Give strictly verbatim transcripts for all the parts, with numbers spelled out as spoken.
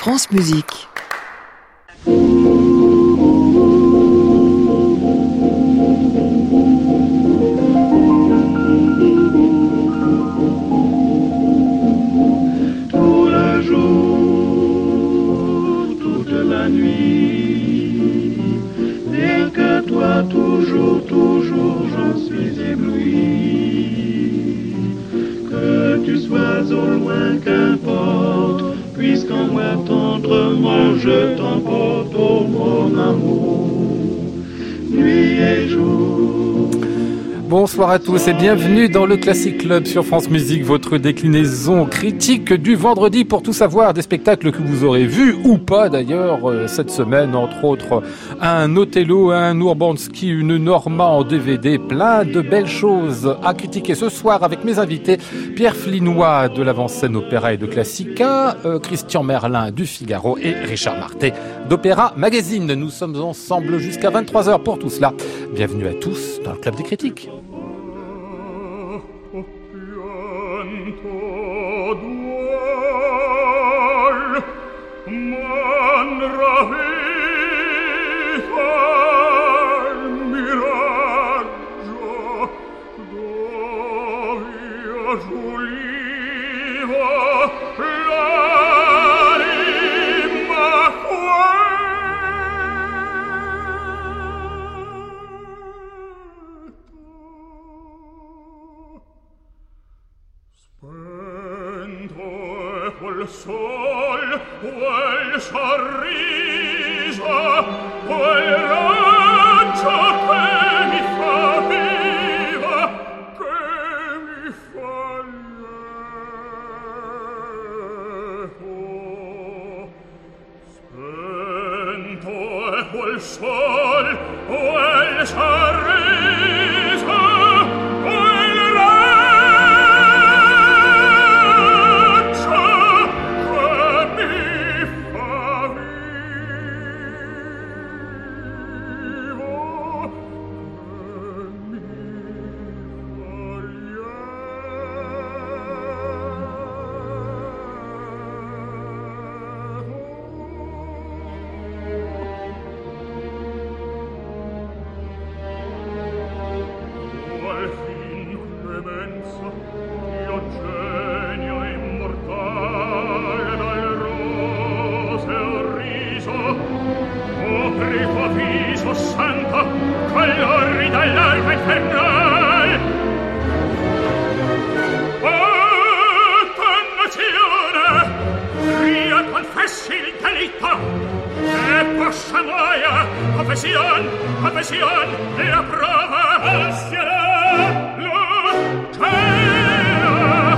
France Musique. Toujours, toujours, j'en suis ébloui. Que tu sois au loin, qu'importe, puisqu'en moi tendrement je t'emporte, oh mon amour, nuit et jour. Bonsoir à tous et bienvenue dans le Classic Club sur France Musique, votre déclinaison critique du vendredi pour tout savoir des spectacles que vous aurez vus ou pas d'ailleurs euh, cette semaine, entre autres un Othello, un Urbanski, une Norma en D V D, plein de belles choses à critiquer ce soir avec mes invités Pierre Flinois de l'avant-scène Opéra et de Classica, euh, Christian Merlin du Figaro et Richard Marté d'Opéra Magazine. Nous sommes ensemble jusqu'à vingt-trois heures pour tout cela. Bienvenue à tous dans le Club des critiques. Quel sol, quel sorriso, quel raggio che mi fa viva, che mi fa lieto. Spento è quel sol, quel sorriso, quel Confession, confession, la prova al cielo, lo cielo.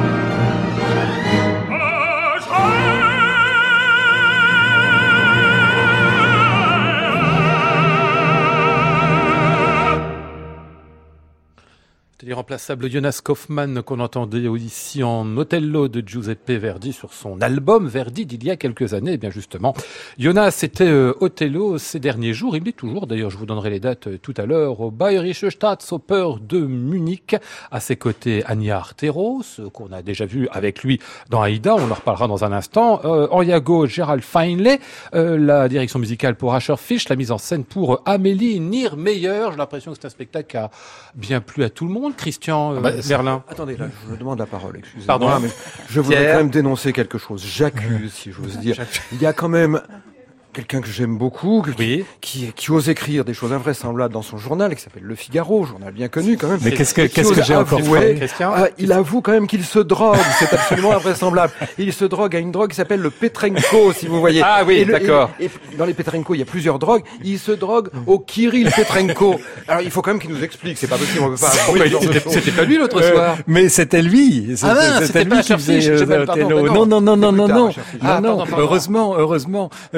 L'irremplaçable Jonas Kaufmann qu'on entendait ici en Othello de Giuseppe Verdi sur son album Verdi d'il y a quelques années. Et bien justement, Jonas était euh, Othello ces derniers jours. Il l'est toujours, d'ailleurs je vous donnerai les dates euh, tout à l'heure, au Bayerische Staatsoper de Munich. À ses côtés, Anya Arteros, euh, qu'on a déjà vu avec lui dans Aïda, on en reparlera dans un instant. Euh, en Iago, Gérald Feinley, euh, la direction musicale pour Asher Fish, la mise en scène pour Amélie Niermeyer. J'ai l'impression que c'est un spectacle qui a bien plu à tout le monde. Christian euh, ah bah, Merlin. Attendez, là, je vous demande la parole, excusez-moi. Pardon. Mais je voudrais Pierre. quand même dénoncer quelque chose. J'accuse, si j'ose dire. Il y a quand même quelqu'un que j'aime beaucoup, oui. qui, qui ose écrire des choses invraisemblables dans son journal, qui s'appelle Le Figaro, journal bien connu quand même. Mais qu'est-ce que, qu'est-ce que j'ai encore fait, Christian ah, Il avoue quand même qu'il se drogue, c'est absolument invraisemblable. Il se drogue à une drogue qui s'appelle le Petrenko, si vous voyez. Ah oui, et le, d'accord. Et, et dans les Petrenko, il y a plusieurs drogues. Il se drogue au Kirill Petrenko. Alors il faut quand même qu'il nous explique, c'est pas possible, on peut pas... C'était, c'était pas lui l'autre euh, soir. Mais c'était lui. C'était, ah non, c'était, c'était lui qui faisait euh, Othello. Non, non, non, non, non, non. Ah, non, non. Heureusement, heureusement. Euh, alors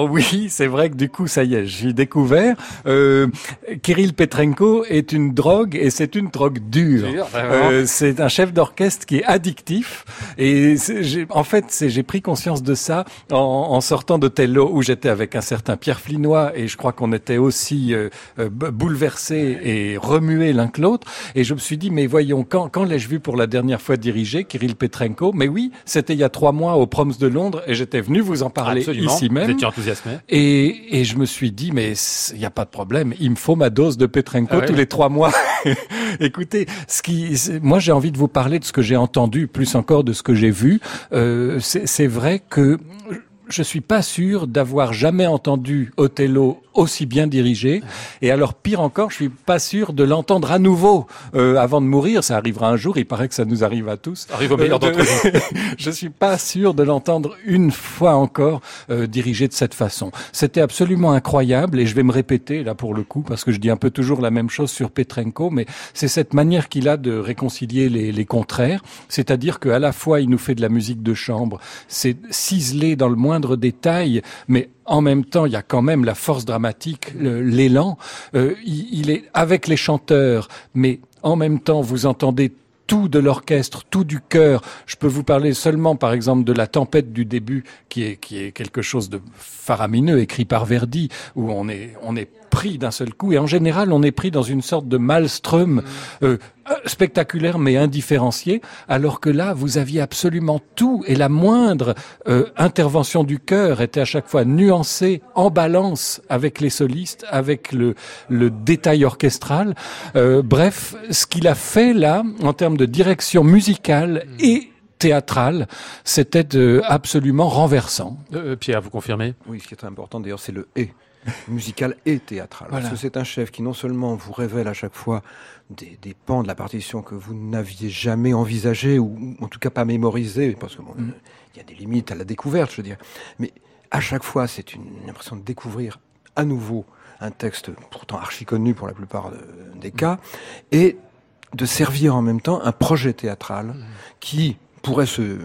Alors oui, c'est vrai que du coup, ça y est, j'ai découvert. Euh, Kirill Petrenko est une drogue et c'est une drogue dure. Sûr, euh, c'est un chef d'orchestre qui est addictif et c'est, j'ai, en fait, c'est, j'ai pris conscience de ça en, en sortant d'Othello où j'étais avec un certain Pierre Flinois et je crois qu'on était aussi euh, euh, bouleversés et remués l'un que l'autre. Et je me suis dit, mais voyons, quand, quand l'ai-je vu pour la dernière fois diriger Kirill Petrenko? Mais oui, c'était il y a trois mois au Proms de Londres et j'étais venu vous en parler Absolument. ici même. Vous étiez enthousiasmé. Et, et je me suis dit, mais il n'y a pas de problème, il me faut ma dose de Petrenko ah ouais. tous les trois mois. Écoutez, ce qui, moi j'ai envie de vous parler de ce que j'ai entendu, plus encore de ce que j'ai vu. Euh, c'est, c'est vrai que je suis pas sûr d'avoir jamais entendu Othello aussi bien dirigé. Et alors, pire encore, je suis pas sûr de l'entendre à nouveau euh, avant de mourir. Ça arrivera un jour, il paraît que ça nous arrive à tous. Arrive au meilleur euh, d'entre nous. Je suis pas sûr de l'entendre une fois encore euh, dirigé de cette façon. C'était absolument incroyable et je vais me répéter là pour le coup parce que je dis un peu toujours la même chose sur Petrenko, mais c'est cette manière qu'il a de réconcilier les, les contraires. C'est-à-dire qu'à la fois, il nous fait de la musique de chambre, c'est ciselé dans le moindre détail, mais en même temps, il y a quand même la force dramatique, le, l'élan. Euh, il, il est avec les chanteurs, mais en même temps, vous entendez tout de l'orchestre, tout du chœur. Je peux vous parler seulement, par exemple, de la tempête du début, qui est qui est quelque chose de faramineux, écrit par Verdi, où on est on est pris d'un seul coup. Et en général, on est pris dans une sorte de maelstrom euh, spectaculaire mais indifférencié, alors que là, vous aviez absolument tout. Et la moindre euh, intervention du chœur était à chaque fois nuancée, en balance avec les solistes, avec le, le détail orchestral. Euh, bref, ce qu'il a fait là, en termes de direction musicale et théâtrale, c'était euh, absolument renversant. Euh, Pierre, vous confirmez ? Oui, ce qui est très important d'ailleurs, c'est le « et ». Musical et théâtral. Voilà. Parce que c'est un chef qui non seulement vous révèle à chaque fois des, des pans de la partition que vous n'aviez jamais envisagé ou en tout cas pas mémorisé, parce que bon, mm. il y a des limites à la découverte, je veux dire. Mais à chaque fois, c'est une, une impression de découvrir à nouveau un texte pourtant archi connu pour la plupart de, des cas, et de servir en même temps un projet théâtral mm. qui pourrait se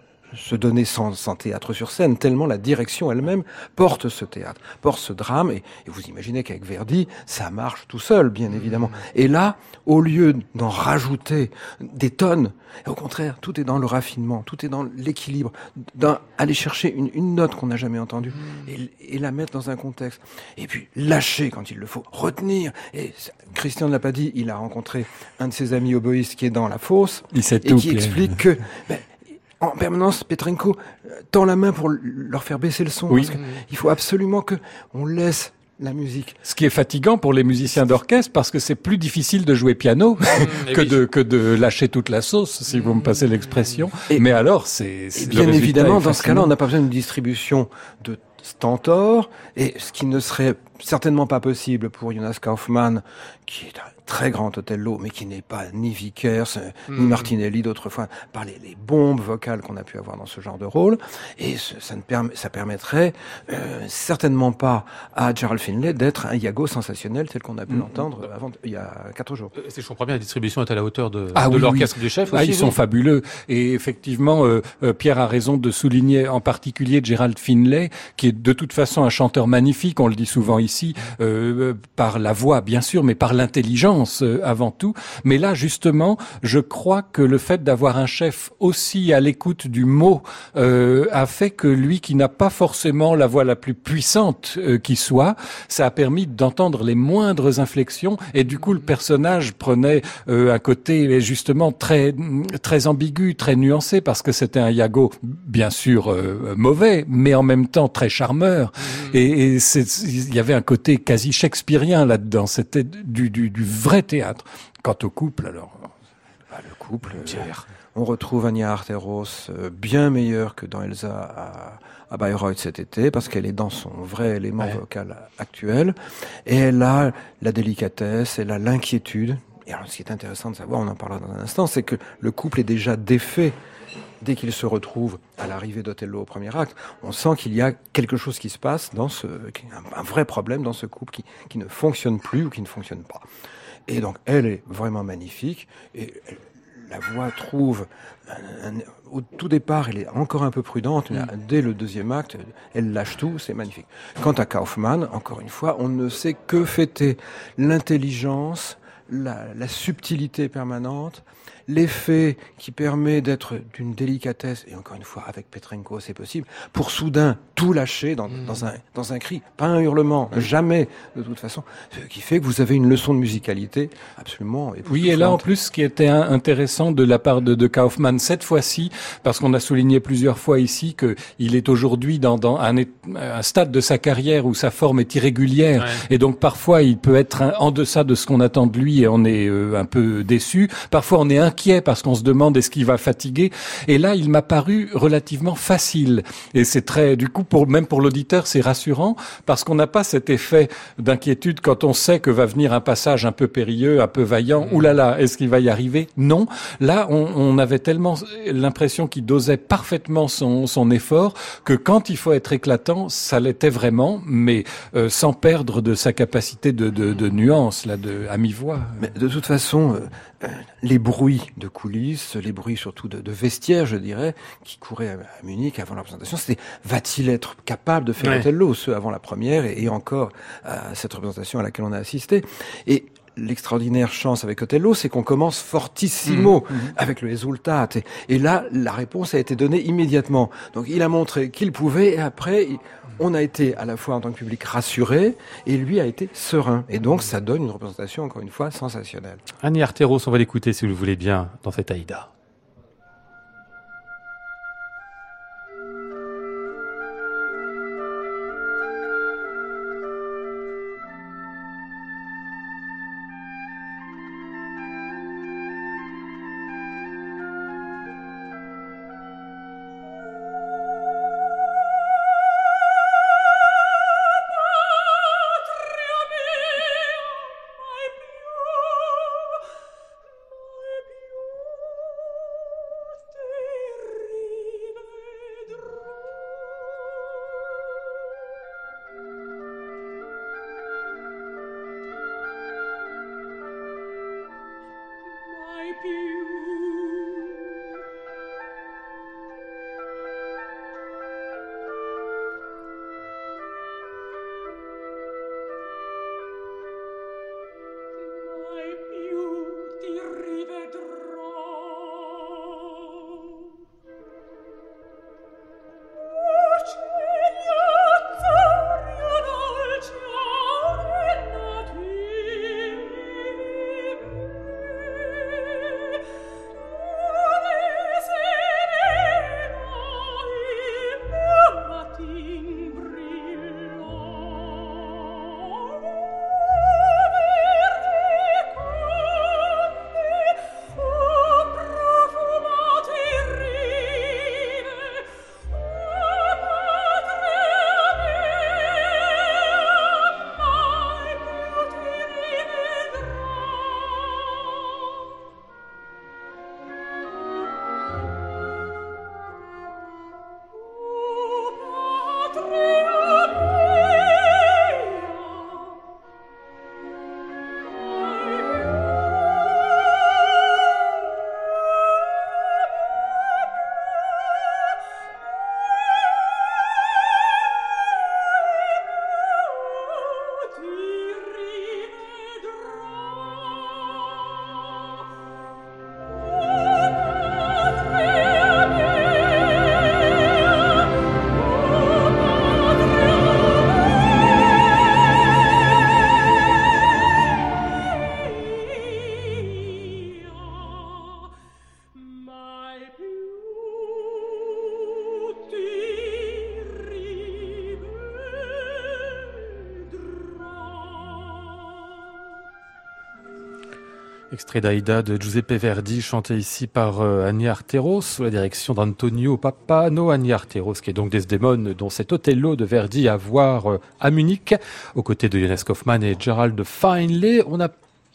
se donner sans, sans théâtre sur scène, tellement la direction elle-même porte ce théâtre, porte ce drame, et, et vous imaginez qu'avec Verdi, ça marche tout seul, bien évidemment. Et là, au lieu d'en rajouter des tonnes, au contraire, tout est dans le raffinement, tout est dans l'équilibre, dans aller chercher une, une note qu'on n'a jamais entendue, et, et la mettre dans un contexte, et puis lâcher quand il le faut, retenir. Et Christian ne l'a pas dit, il a rencontré un de ses amis oboïstes qui est dans la fosse, il sait et tout, qui Pierre. explique que... Ben, en permanence, Petrenko tend la main pour leur faire baisser le son. Oui. Parce que il faut absolument que on laisse la musique. Ce qui est fatigant pour les musiciens d'orchestre, parce que c'est plus difficile de jouer piano mmh, que, oui. de, que de lâcher toute la sauce, si mmh. vous me passez l'expression. Et, Mais alors, c'est... c'est bien évidemment, dans ce cas-là, on n'a pas besoin d'une distribution de stentor, et ce qui ne serait certainement pas possible pour Jonas Kaufmann, qui est un très grand Othello, mais qui n'est pas ni Vickers, mmh. ni Martinelli d'autrefois, par les, les bombes vocales qu'on a pu avoir dans ce genre de rôle. Et ce, ça, ne permet, ça permettrait euh, certainement pas à Gerald Finlay d'être un Iago sensationnel tel qu'on a pu mmh. l'entendre avant, il y a quatre jours. Euh, si je comprends bien, la distribution est à la hauteur de, ah, de oui, l'orchestre oui. du chef ah, aussi. Ils sont fabuleux. Et effectivement, euh, euh, Pierre a raison de souligner en particulier Gerald Finlay, qui est de toute façon un chanteur magnifique, on le dit souvent ici, euh, par la voix bien sûr, mais par l'intelligence avant tout. Mais là, justement, je crois que le fait d'avoir un chef aussi à l'écoute du mot euh, a fait que lui, qui n'a pas forcément la voix la plus puissante euh, qui soit, ça a permis d'entendre les moindres inflexions. Et du coup, le personnage prenait euh, un côté justement très très ambigu, très nuancé, parce que c'était un Iago, bien sûr, euh, mauvais, mais en même temps très charmeur. Mmh. Et, et c'est, il y avait un côté quasi shakespearien là-dedans. C'était du, du, du vrai théâtre. Quant au couple, alors... Bah, le couple, Pierre. On retrouve Anya Arteros euh, bien meilleure que dans Elsa à, à Bayreuth cet été, parce qu'elle est dans son vrai élément ouais. vocal actuel. Et elle a la délicatesse, elle a l'inquiétude. Et alors, ce qui est intéressant de savoir, on en parlera dans un instant, c'est que le couple est déjà défait dès qu'il se retrouve à l'arrivée d'Othello au premier acte. On sent qu'il y a quelque chose qui se passe dans ce... un, un vrai problème dans ce couple qui, qui ne fonctionne plus ou qui ne fonctionne pas. Et donc, elle est vraiment magnifique. Et elle, la voix trouve un, un, au tout départ, elle est encore un peu prudente, mais dès le deuxième acte, elle lâche tout, c'est magnifique. Quant à Kaufmann, encore une fois, on ne sait que fêter l'intelligence, la, la subtilité permanente, l'effet qui permet d'être d'une délicatesse, et encore une fois, avec Petrenko, c'est possible, pour soudain tout lâcher dans, mmh. dans, un, dans un cri, pas un hurlement, mmh. jamais, de toute façon, ce qui fait que vous avez une leçon de musicalité absolument époustouflante. Oui, et là, en plus, ce qui était intéressant de la part de, de Kaufmann, cette fois-ci, parce qu'on a souligné plusieurs fois ici qu'il est aujourd'hui dans, dans un, un stade de sa carrière où sa forme est irrégulière, ouais. et donc parfois, il peut être un, en deçà de ce qu'on attend de lui, et on est euh, un peu déçu. Parfois, on est inquiet parce qu'on se demande est-ce qu'il va fatiguer. Et là, il m'a paru relativement facile. Et c'est très, du coup, pour, même pour l'auditeur, c'est rassurant parce qu'on n'a pas cet effet d'inquiétude quand on sait que va venir un passage un peu périlleux, un peu vaillant. Ouh là là, est-ce qu'il va y arriver? Non. Là, on, on avait tellement l'impression qu'il dosait parfaitement son, son effort que quand il faut être éclatant, ça l'était vraiment, mais euh, sans perdre de sa capacité de, de, de nuance, là, de, à mi-voix. Mais de toute façon, euh, euh, les bruits de coulisses, les bruits surtout de, de vestiaires, je dirais, qui couraient à, à Munich avant la représentation, c'était va-t-il être capable de faire ouais. Othello, ceux avant la première et, et encore à cette représentation à laquelle on a assisté. Et l'extraordinaire chance avec Othello, c'est qu'on commence fortissimo mmh, mmh. avec le Exultate. Et, et là, la réponse a été donnée immédiatement. Donc il a montré qu'il pouvait et après... Il, on a été à la fois en tant que public rassuré et lui a été serein. Et donc ça donne une représentation encore une fois sensationnelle. Annie Arteiros, on va l'écouter si vous le voulez bien dans cette Aïda. Extrait d'Aïda de Giuseppe Verdi, chanté ici par euh, Annie Arteiros, sous la direction d'Antonio Pappano. Annie Arteiros, qui est donc Desdémone, dont cet Othello de Verdi à voir euh, à Munich, aux côtés de Jonas Kaufmann et Gerald Finlay. On a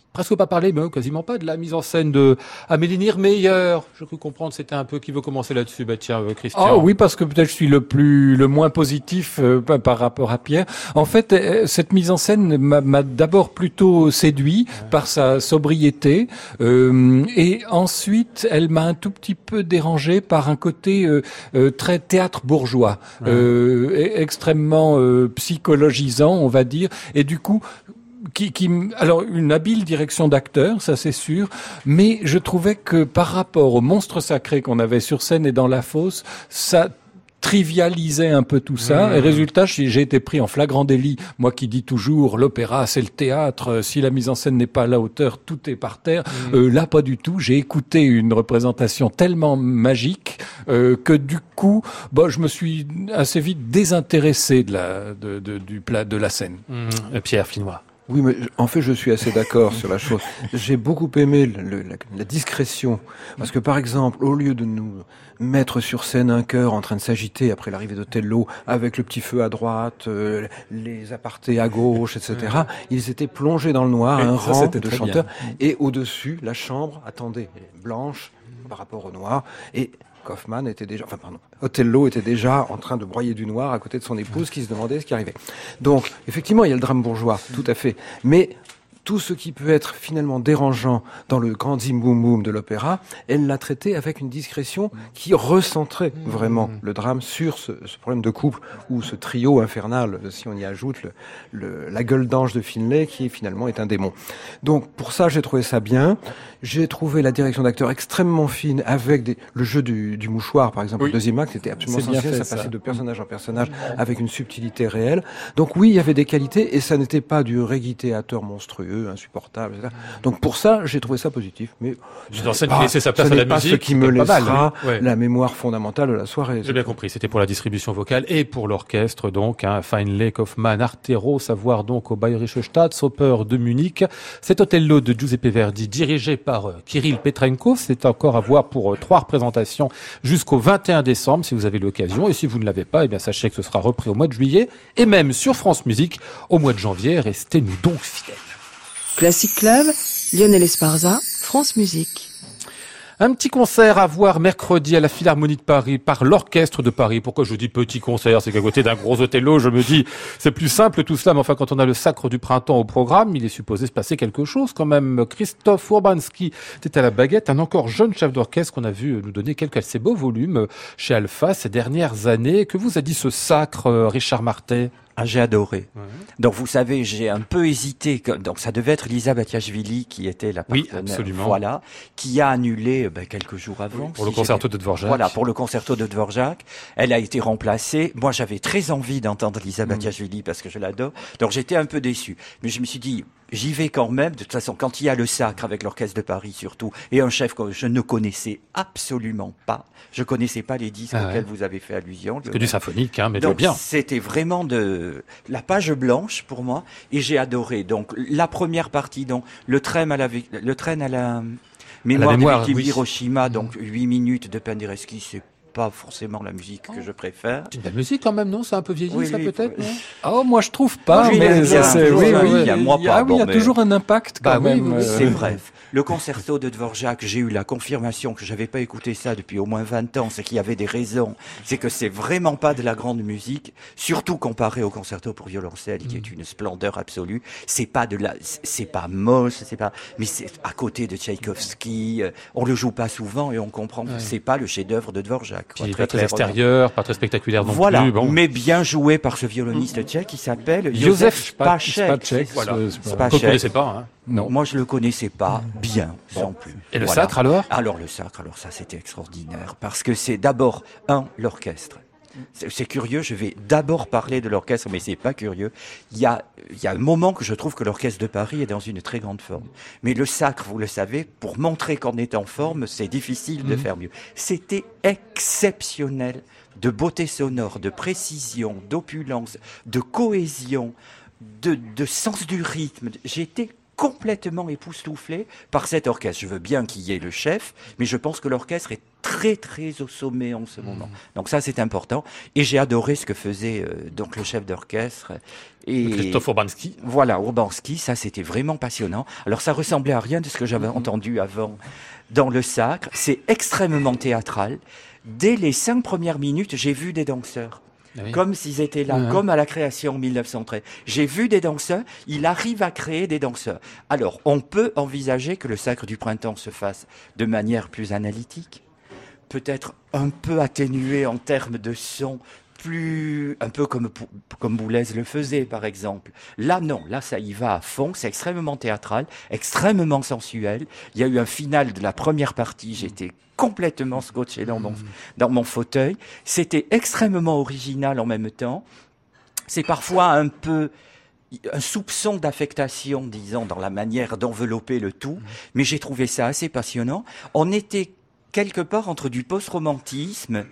presque pas parlé, mais quasiment pas, de la mise en scène de Amélie Niermeyer. Je cru comprendre, c'était un peu qui veut commencer là-dessus. Bah tiens, euh, Christian. Ah oui, parce que peut-être je suis le plus, le moins positif euh, par rapport à Pierre. En fait, euh, cette mise en scène m'a, m'a d'abord plutôt séduit ouais. par sa sobriété, euh, et ensuite, elle m'a un tout petit peu dérangé par un côté euh, euh, très théâtre bourgeois, ouais. euh, extrêmement euh, psychologisant, on va dire, et du coup. Qui, qui, alors une habile direction d'acteur, ça c'est sûr, mais je trouvais que par rapport au monstre sacré qu'on avait sur scène et dans la fosse, ça trivialisait un peu tout ça, mmh. et résultat, j'ai été pris en flagrant délit. Moi qui dis toujours, l'opéra, c'est le théâtre, si la mise en scène n'est pas à la hauteur, tout est par terre. Mmh. Euh, là, pas du tout. J'ai écouté une représentation tellement magique euh, que du coup, bah, je me suis assez vite désintéressé de la, de, de, du plat, de la scène. Mmh. Pierre Filnois. Oui, mais en fait, je suis assez d'accord sur la chose. J'ai beaucoup aimé le, le, la, la discrétion. Parce que, par exemple, au lieu de nous mettre sur scène un chœur en train de s'agiter après l'arrivée d'Othello, avec le petit feu à droite, euh, les apartés à gauche, et cetera, ils étaient plongés dans le noir, et un ça, rang de chanteurs. Bien. Et au-dessus, la chambre, attendez, blanche par rapport au noir. Et Kaufmann était déjà, enfin pardon, Othello était déjà en train de broyer du noir à côté de son épouse qui se demandait ce qui arrivait. Donc, effectivement, il y a le drame bourgeois, tout à fait. Mais tout ce qui peut être finalement dérangeant dans le grand zim boum boum de l'opéra, elle l'a traité avec une discrétion qui recentrait vraiment le drame sur ce, ce problème de couple ou ce trio infernal, si on y ajoute le, le, la gueule d'ange de Finlay qui finalement est un démon. Donc pour ça, j'ai trouvé ça bien. J'ai trouvé la direction d'acteur extrêmement fine avec des, le jeu du, du mouchoir, par exemple. Oui. Le deuxième acte était absolument essentiel. Ça, ça passait de personnage en personnage avec une subtilité réelle. Donc oui, il y avait des qualités et ça n'était pas du reggae-théâtre monstrueux, insupportable, et cetera. Donc pour ça, j'ai trouvé ça positif. Mais dans scène qui laissait sa place à la musique, ce qui me laissera mal, oui. ouais. la mémoire fondamentale de la soirée. J'ai bien compris. C'était pour la distribution vocale et pour l'orchestre, donc, hein, Finlay, Kaufmann, Artero, savoir donc au Bayerische Staatsoper de Munich. Cet Othello de Giuseppe Verdi, dirigé par par Kirill Petrenko. C'est encore à voir pour trois représentations jusqu'au vingt et un décembre, si vous avez l'occasion. Et si vous ne l'avez pas, eh bien, sachez que ce sera repris au mois de juillet et même sur France Musique au mois de janvier. Restez-nous donc fidèles. Classic Club, Lionel Esparza, France Musique. Un petit concert à voir mercredi à la Philharmonie de Paris par l'Orchestre de Paris. Pourquoi je dis petit concert? C'est qu'à côté d'un gros Othello, je me dis, c'est plus simple tout cela. Mais enfin, quand on a le Sacre du Printemps au programme, il est supposé se passer quelque chose quand même. Christophe Urbanski était à la baguette, un encore jeune chef d'orchestre qu'on a vu nous donner quelques assez beaux volumes chez Alpha ces dernières années. Que vous a dit ce Sacre, Richard Martet? Ah, j'ai adoré. Ouais. Donc vous savez, j'ai un peu hésité. Donc ça devait être Lisa Batiashvili qui était la partenaire. Oui, absolument. Voilà, qui a annulé ben, quelques jours avant. Oui, pour si le concerto de Dvorak. Voilà, pour le concerto de Dvorak. Elle a été remplacée. Moi, j'avais très envie d'entendre Lisa mmh. Batiashvili parce que je l'adore. Donc j'étais un peu déçu. Mais je me suis dit, j'y vais quand même. De toute façon, quand il y a le Sacre avec l'Orchestre de Paris surtout, et un chef que je ne connaissais absolument pas. Je connaissais pas les disques ah auxquels ouais. vous avez fait allusion. C'est que du symphonique, hein, mais donc, bien. C'était vraiment de la page blanche pour moi, et j'ai adoré. Donc la première partie, donc le train à la, le train à la mémoire, à la mémoire de oui. Hiroshima, donc huit minutes de Penderecki, c'est pas forcément la musique oh. que je préfère. C'est de la musique quand même, non? C'est un peu vieilli, oui, ça oui, peut-être, oui. non? Oh, moi je trouve pas, moi, mais ça, c'est, oui, oui, il y a, moi il y a, pas, oui, il y a bon, toujours un impact quand bah, même. Oui, oui, euh... c'est bref. Le concerto de Dvorak, j'ai eu la confirmation que j'avais pas écouté ça depuis au moins vingt ans, c'est qu'il y avait des raisons. C'est que c'est vraiment pas de la grande musique, surtout comparé au concerto pour violoncelle, qui est une splendeur absolue. C'est pas de la, c'est pas moche, c'est pas, mais c'est à côté de Tchaïkovski. On le joue pas souvent et on comprend que ouais. c'est pas le chef-d'œuvre de Dvorak. Qui est très, très extérieur, pas très spectaculaire non voilà, plus. Bon. Mais bien joué par ce violoniste tchèque qui s'appelle Josef Spacek. Voilà. Spacek. Vous ne connaissez pas, hein? Non. Moi, je le connaissais pas bien, bon. sans plus. Et le voilà. Sacre, alors? Alors, le Sacre, alors ça, c'était extraordinaire. Parce que c'est d'abord, un, l'orchestre. C'est, c'est curieux, je vais d'abord parler de l'orchestre, mais c'est pas curieux. Il y a, il y a un moment que je trouve que l'Orchestre de Paris est dans une très grande forme. Mais le Sacre, vous le savez, pour montrer qu'on est en forme, c'est difficile mmh. de faire mieux. C'était exceptionnel de beauté sonore, de précision, d'opulence, de cohésion, de, de sens du rythme. J'étais complètement époustouflé par cet orchestre. Je veux bien qu'il y ait le chef, mais je pense que l'orchestre est très très au sommet en ce moment. Mmh. Donc ça c'est important. Et j'ai adoré ce que faisait euh, donc le chef d'orchestre. Et Christophe Urbanski. Voilà, Urbanski, ça c'était vraiment passionnant. Alors ça ressemblait à rien de ce que j'avais mmh. entendu avant dans le Sacre. C'est extrêmement théâtral. Dès les cinq premières minutes, j'ai vu des danseurs. Oui. Comme s'ils étaient là, mmh. comme à la création en mille neuf cent treize. J'ai vu des danseurs, il arrive à créer des danseurs. Alors, on peut envisager que le Sacre du Printemps se fasse de manière plus analytique, peut-être un peu atténué en termes de son, plus un peu comme comme Boulez le faisait par exemple. Là non, là ça y va à fond, c'est extrêmement théâtral, extrêmement sensuel. Il y a eu un final de la première partie, j'étais complètement scotché dans mon dans mon fauteuil. C'était extrêmement original en même temps. C'est parfois un peu un soupçon d'affectation, disons, dans la manière d'envelopper le tout, mais j'ai trouvé ça assez passionnant. On était quelque part entre du post-romantisme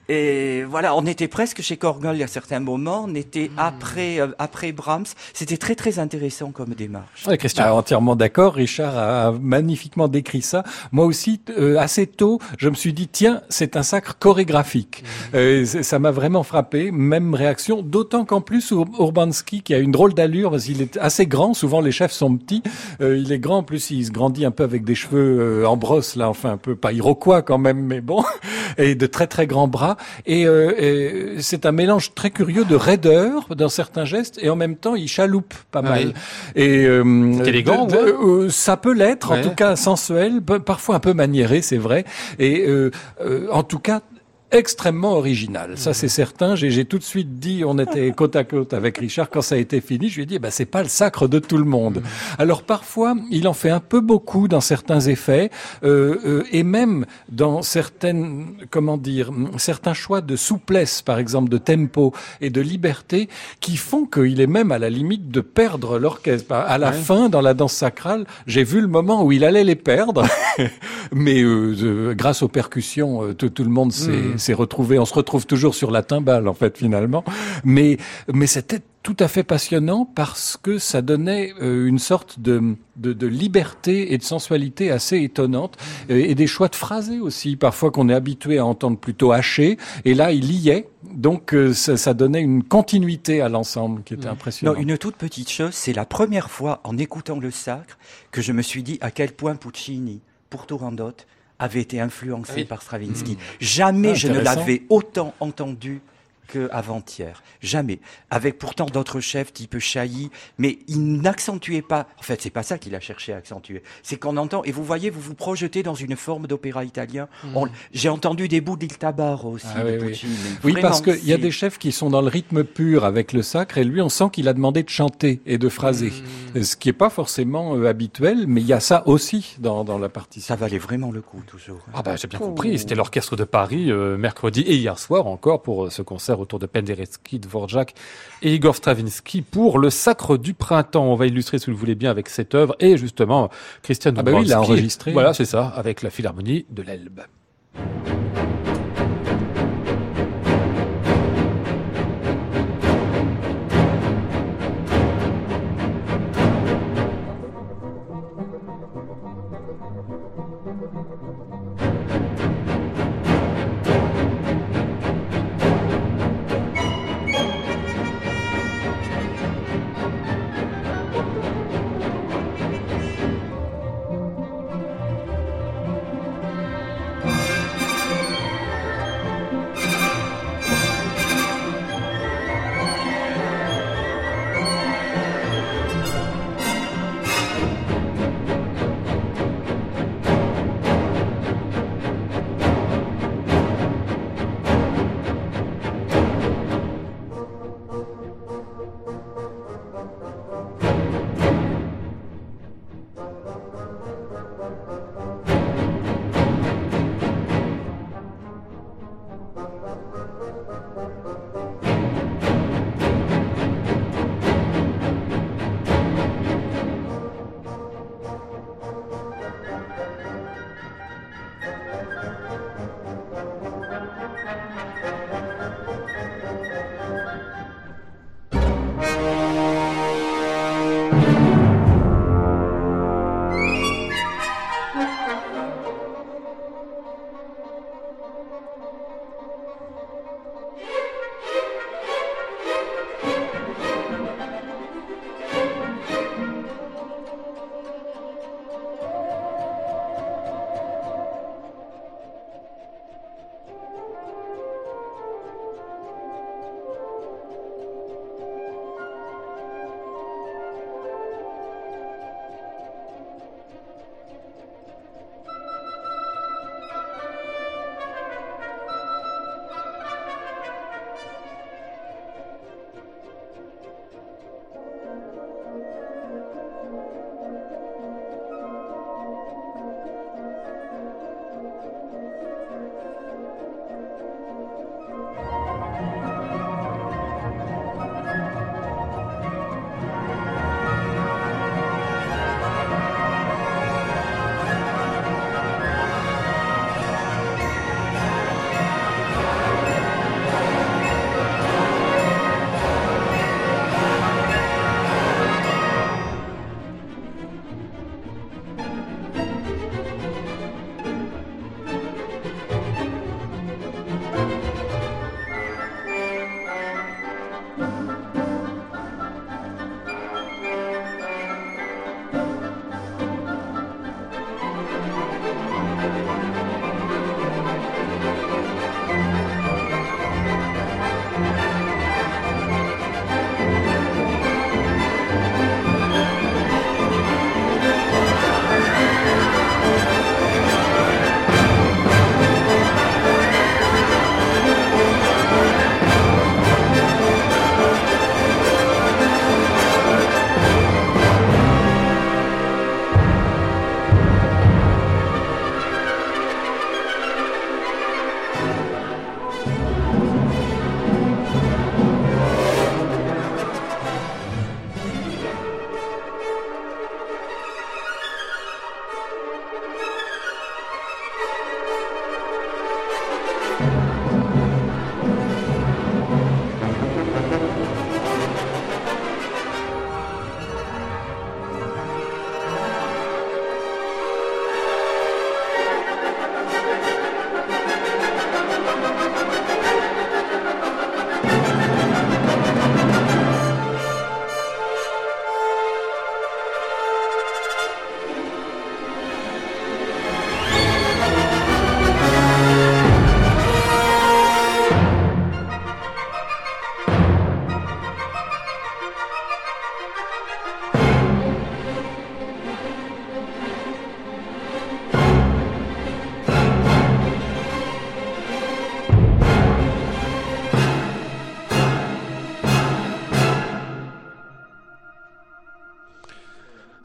et voilà, on était presque chez Korgol à certains moments, on était mmh. après euh, après Brahms, c'était très très intéressant comme démarche. Ouais, Christian, ah, entièrement d'accord, Richard a magnifiquement décrit ça. Moi aussi, euh, assez tôt, je me suis dit tiens, c'est un sacre chorégraphique. Mmh. Euh, ça m'a vraiment frappé, même réaction, d'autant qu'en plus Urbanski qui a une drôle d'allure parce qu'il est assez grand, souvent les chefs sont petits, euh, il est grand en plus, il se grandit un peu avec des cheveux euh, en brosse là, enfin un peu pas iroquois quand même, mais bon, et de très très grands bras. Et, euh, et c'est un mélange très curieux de raideur dans certains gestes et en même temps il chaloupe pas mal. Oui. Et euh, c'est élégant, de, de, ouais. euh, ça peut l'être, ouais. En tout cas sensuel, parfois un peu maniéré, c'est vrai. Et euh, euh, en tout cas extrêmement original, ça c'est certain. J'ai, j'ai tout de suite dit, on était côte à côte avec Richard quand ça a été fini. Je lui ai dit, bah c'est pas le sacre de tout le monde. Alors parfois, il en fait un peu beaucoup dans certains effets euh, euh, et même dans certaines, comment dire, certains choix de souplesse, par exemple de tempo et de liberté, qui font qu'il est même à la limite de perdre l'orchestre. À la ouais. fin, dans la danse sacrale, j'ai vu le moment où il allait les perdre, mais euh, euh, grâce aux percussions, euh, tout, tout le monde s'est mmh. s'est retrouvé. On se retrouve toujours sur la timbale, en fait, finalement. Mais, mais c'était tout à fait passionnant parce que ça donnait euh, une sorte de, de, de liberté et de sensualité assez étonnante euh, et des choix de phrasés aussi, parfois qu'on est habitué à entendre plutôt hachés. Et là, il y est. Donc, euh, ça, ça donnait une continuité à l'ensemble qui était impressionnante. Non, une toute petite chose, c'est la première fois en écoutant le Sacre que je me suis dit à quel point Puccini, pour Turandot, avait été influencé oui. par Stravinsky. Mmh. Jamais ah, je ne l'avais autant entendu qu'avant-hier. Jamais. Avec pourtant d'autres chefs type Chailly, mais il n'accentuait pas. En fait, c'est pas ça qu'il a cherché à accentuer. C'est qu'on entend, et vous voyez, vous vous projetez dans une forme d'opéra italien. Mmh. On, j'ai entendu des bouts d'Il Tabar aussi. Ah, de oui, Puccini, oui. oui, parce qu'il y a des chefs qui sont dans le rythme pur avec le Sacre, et lui, on sent qu'il a demandé de chanter et de phraser. Mmh. Ce qui est pas forcément euh, habituel, mais il y a ça aussi dans, dans la partition. Ça valait vraiment le coup, toujours. Ah bah, j'ai bien oh. compris. C'était l'Orchestre de Paris, euh, mercredi et hier soir encore, pour euh, ce concert autour de Penderecki, Dvorak et Igor Stravinsky pour le Sacre du Printemps. On va illustrer, si vous le voulez bien, avec cette œuvre et justement Christian ah bah oui, il l'a enregistré. Voilà, c'est ça, avec la Philharmonie de l'Elbe.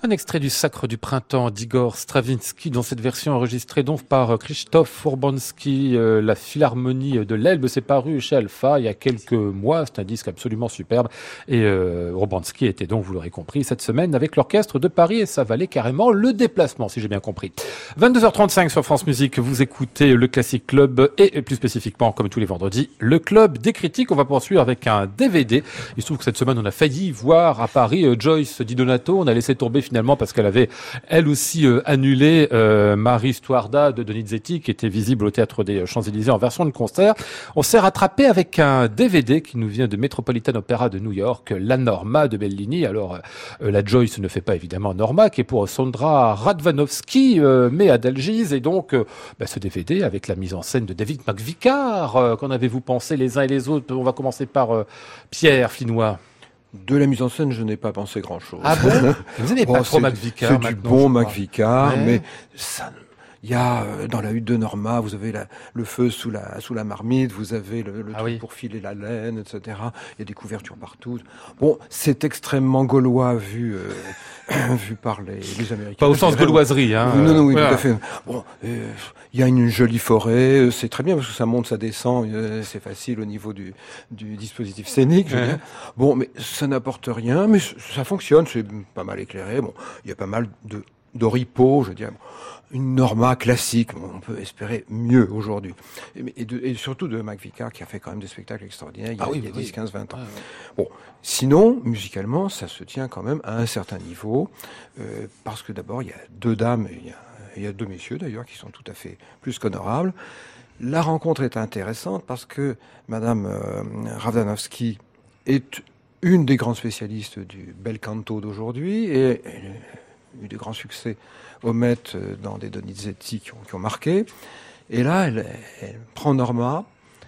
un extrait du Sacre du printemps d'Igor Stravinsky, dans cette version enregistrée donc par Krzysztof Urbanski, euh, la Philharmonie de l'Elbe. C'est paru chez Alpha il y a quelques mois. C'est un disque absolument superbe. Et euh, Urbanski était donc, vous l'aurez compris, cette semaine avec l'Orchestre de Paris, et ça valait carrément le déplacement, si j'ai bien compris. vingt-deux heures trente-cinq sur France Musique, vous écoutez le Classic Club et plus spécifiquement, comme tous les vendredis, le Club des critiques. On va poursuivre avec un D V D. Il se trouve que cette semaine, on a failli voir à Paris euh, Joyce Di Donato. On a laissé tomber finalement parce qu'elle avait elle aussi euh, annulé euh, Marie Stuarda de Donizetti, qui était visible au Théâtre des Champs-Élysées en version de concert. On s'est rattrapé avec un D V D qui nous vient de Metropolitan Opera de New York, La Norma de Bellini. Alors, euh, la Joyce ne fait pas évidemment Norma, qui est pour Sondra Radvanovsky, euh, mais Adalgise. Et donc, euh, bah, ce D V D avec la mise en scène de David McVicar. Euh, qu'en avez-vous pensé les uns et les autres? On va commencer par euh, Pierre Flinois. De la mise en scène, je n'ai pas pensé grand-chose. Ah bon? Vous n'aimez pas Oh, trop c'est- McVicar C'est du maintenant, bon je crois. McVicar, Ouais. mais ça... Il y a euh, dans la hutte de Norma, vous avez la, le feu sous la, sous la marmite, vous avez le, le Ah truc oui. pour filer la laine, et cetera. Il y a des couvertures partout. Bon, c'est extrêmement gaulois vu, euh, vu par les, les Américains. Pas au Je sens dirais. gauloiserie, hein. Oui, non, non, oui, Voilà. tout à fait. Bon, euh, il y a une jolie forêt, euh, c'est très bien parce que ça monte, ça descend, euh, c'est facile au niveau du, du dispositif scénique. Je veux Ouais. dire. Bon, mais ça n'apporte rien, mais c- ça fonctionne, c'est pas mal éclairé. Bon, il y a pas mal de d'oripeaux, je veux dire. Une Norma classique, bon, on peut espérer mieux aujourd'hui. Et, mais- et, de- et surtout de McVicar qui a fait quand même des spectacles extraordinaires il y a, Ah oui, il y a oui. dix, quinze, vingt ans. Ouais, ouais. Bon, sinon, musicalement, ça se tient quand même à un certain niveau, euh, parce que d'abord, il y a deux dames, et il y a, il y a deux messieurs d'ailleurs, qui sont tout à fait plus qu'honorables. La rencontre est intéressante parce que Madame euh, Radvanovsky est une des grandes spécialistes du bel canto d'aujourd'hui, et elle a eu de grands succès au Met euh, dans des Donizetti qui ont, qui ont marqué. Et là, elle, elle prend Norma,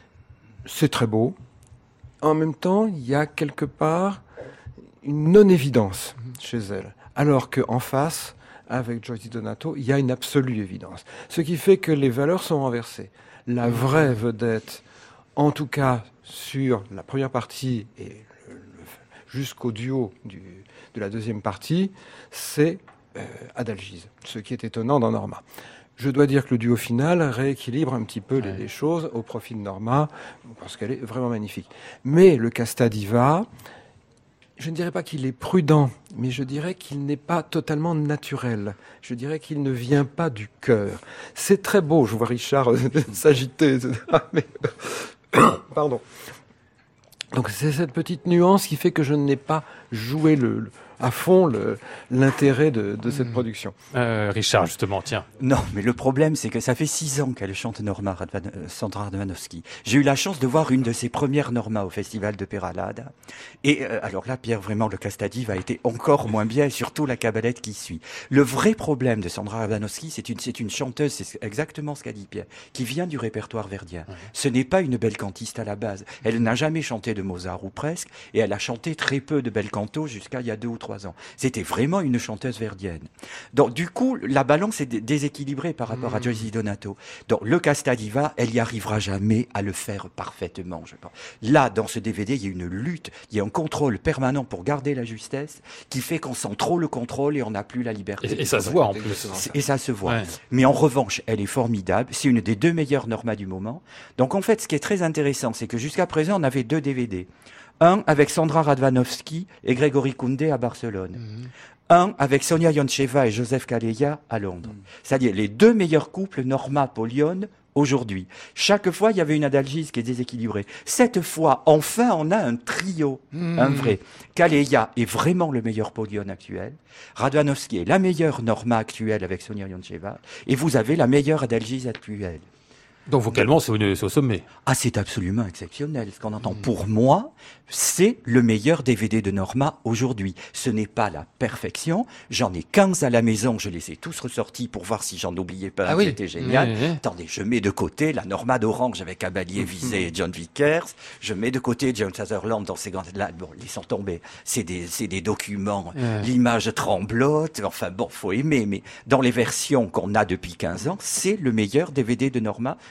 c'est très beau. En même temps, il y a quelque part une non-évidence chez elle. Alors qu'en face, avec Joyce Di Donato, il y a une absolue évidence. Ce qui fait que les valeurs sont renversées. La vraie vedette, en tout cas sur la première partie et le- le- jusqu'au duo du, de la deuxième partie, c'est euh, Adalgise. Ce qui est étonnant dans Norma. Je dois dire que le duo final rééquilibre un petit peu les, Ouais. les choses au profit de Norma, parce qu'elle est vraiment magnifique. Mais le Casta Diva, je ne dirais pas qu'il est prudent, mais je dirais qu'il n'est pas totalement naturel. Je dirais qu'il ne vient pas du cœur. C'est très beau, je vois Richard s'agiter, et cetera. Mais... Pardon. Donc c'est cette petite nuance qui fait que je n'ai pas joué le, le- à fond le- l'intérêt de, de cette production. Euh, Richard, justement, tiens. Non, mais le problème, c'est que ça fait six ans qu'elle chante Norma Radvan- euh, Sondra Radvanovsky. J'ai eu la chance de voir une de ses premières Norma au festival de Peralada. Et euh, alors là, Pierre, vraiment, le Castadive a été encore moins bien, et surtout la cabalette qui suit. Le vrai problème de Sondra Radvanovsky, c'est une, c'est une chanteuse, c'est exactement ce qu'a dit Pierre, qui vient du répertoire verdien. Ce n'est pas une belle cantiste à la base. Elle n'a jamais chanté de Mozart ou presque, et elle a chanté très peu de bel canto jusqu'à il y a deux ou trois ans. C'était vraiment une chanteuse verdienne. Donc du coup, la balance est dé- déséquilibrée par rapport à Joyce Di Donato. Donc le Castadiva, elle y arrivera jamais à le faire parfaitement, je pense. Là, dans ce D V D, il y a une lutte, il y a un contrôle permanent pour garder la justesse, qui fait qu'on sent trop le contrôle et on n'a plus la liberté. Et, et ça se voit en plus. C'est- Et ça se voit. Ouais. Mais en revanche, elle est formidable. C'est une des deux meilleures Norma du moment. Donc en fait, ce qui est très intéressant, c'est que jusqu'à présent, on avait deux D V D. Un avec Sondra Radvanovsky et Grégory Koundé à Barcelone. Un avec Sonia Yoncheva et Joseph Kaleya à Londres. C'est-à-dire les deux meilleurs couples Norma-Polion aujourd'hui. Chaque fois, il y avait une Adalgise qui est déséquilibrée. Cette fois, enfin, on a un trio, un vrai. Kaleya est vraiment le meilleur Polion actuel. Radvanovsky est la meilleure Norma actuelle avec Sonia Yoncheva. Et vous avez la meilleure Adalgise actuelle. Donc vocalement, c'est au, c'est au sommet. Ah, c'est absolument exceptionnel ce qu'on entend. Pour moi, c'est le meilleur D V D de Norma aujourd'hui. Ce n'est pas la perfection. J'en ai quinze à la maison. Je les ai tous ressortis pour voir si j'en oubliais pas. Ah un oui. qui était génial. Ouais, ouais. Attendez, je mets de côté la Norma d'Orange avec Caballé, Vizet et John Vickers. Je mets de côté John Sutherland dans ces grands... Là, bon, ils sont tombés. C'est des, c'est des documents. Ouais. L'image tremblote. Enfin bon, faut aimer. Mais dans les versions qu'on a depuis quinze ans, c'est le meilleur D V D de Norma